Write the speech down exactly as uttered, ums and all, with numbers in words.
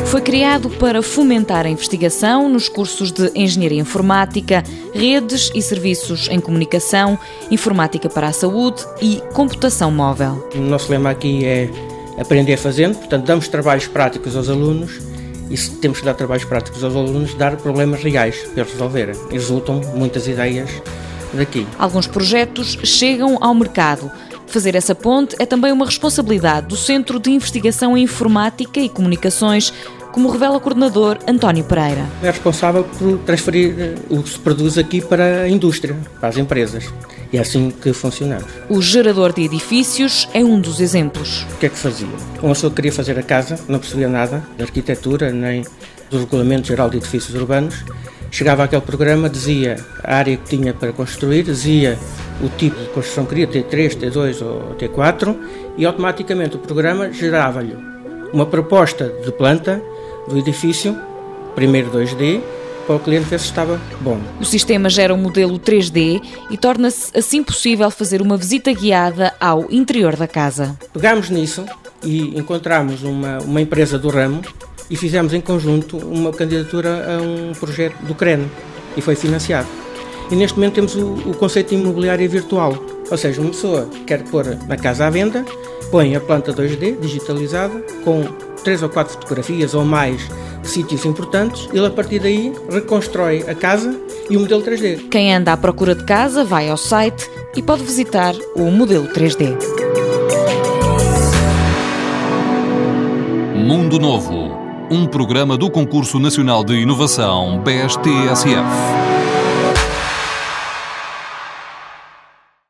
foi criado para fomentar a investigação nos cursos de Engenharia Informática, Redes e Serviços em Comunicação, Informática para a Saúde e Computação Móvel. O nosso lema aqui é aprender fazendo, portanto damos trabalhos práticos aos alunos e se temos que dar trabalhos práticos aos alunos, dar problemas reais para eles resolverem. E resultam muitas ideias daqui. Alguns projetos chegam ao mercado. Fazer essa ponte é também uma responsabilidade do Centro de Investigação em Informática e Comunicações, como revela o coordenador António Pereira. É responsável por transferir o que se produz aqui para a indústria, para as empresas. E é assim que funcionamos. O gerador de edifícios é um dos exemplos. O que é que fazia? Uma pessoa queria fazer a casa, não percebia nada da arquitetura, nem do Regulamento Geral de Edifícios Urbanos. Chegava àquele programa, dizia a área que tinha para construir, dizia o tipo de construção que queria, T três, T dois ou T quatro, e automaticamente o programa gerava-lhe uma proposta de planta do edifício, primeiro dois D, para o cliente ver se estava bom. O sistema gera um modelo três D e torna-se assim possível fazer uma visita guiada ao interior da casa. Pegámos nisso e encontramos uma, uma empresa do ramo e fizemos em conjunto uma candidatura a um projeto do C R E N e foi financiado. E neste momento temos o, o conceito de imobiliária virtual, ou seja, uma pessoa quer pôr na casa à venda, põe a planta dois D digitalizada com três ou quatro fotografias ou mais de sítios importantes, ele a partir daí reconstrói a casa e o modelo três D. Quem anda à procura de casa vai ao site e pode visitar o modelo três D. Mundo Novo, um programa do Concurso Nacional de Inovação B E S T S F.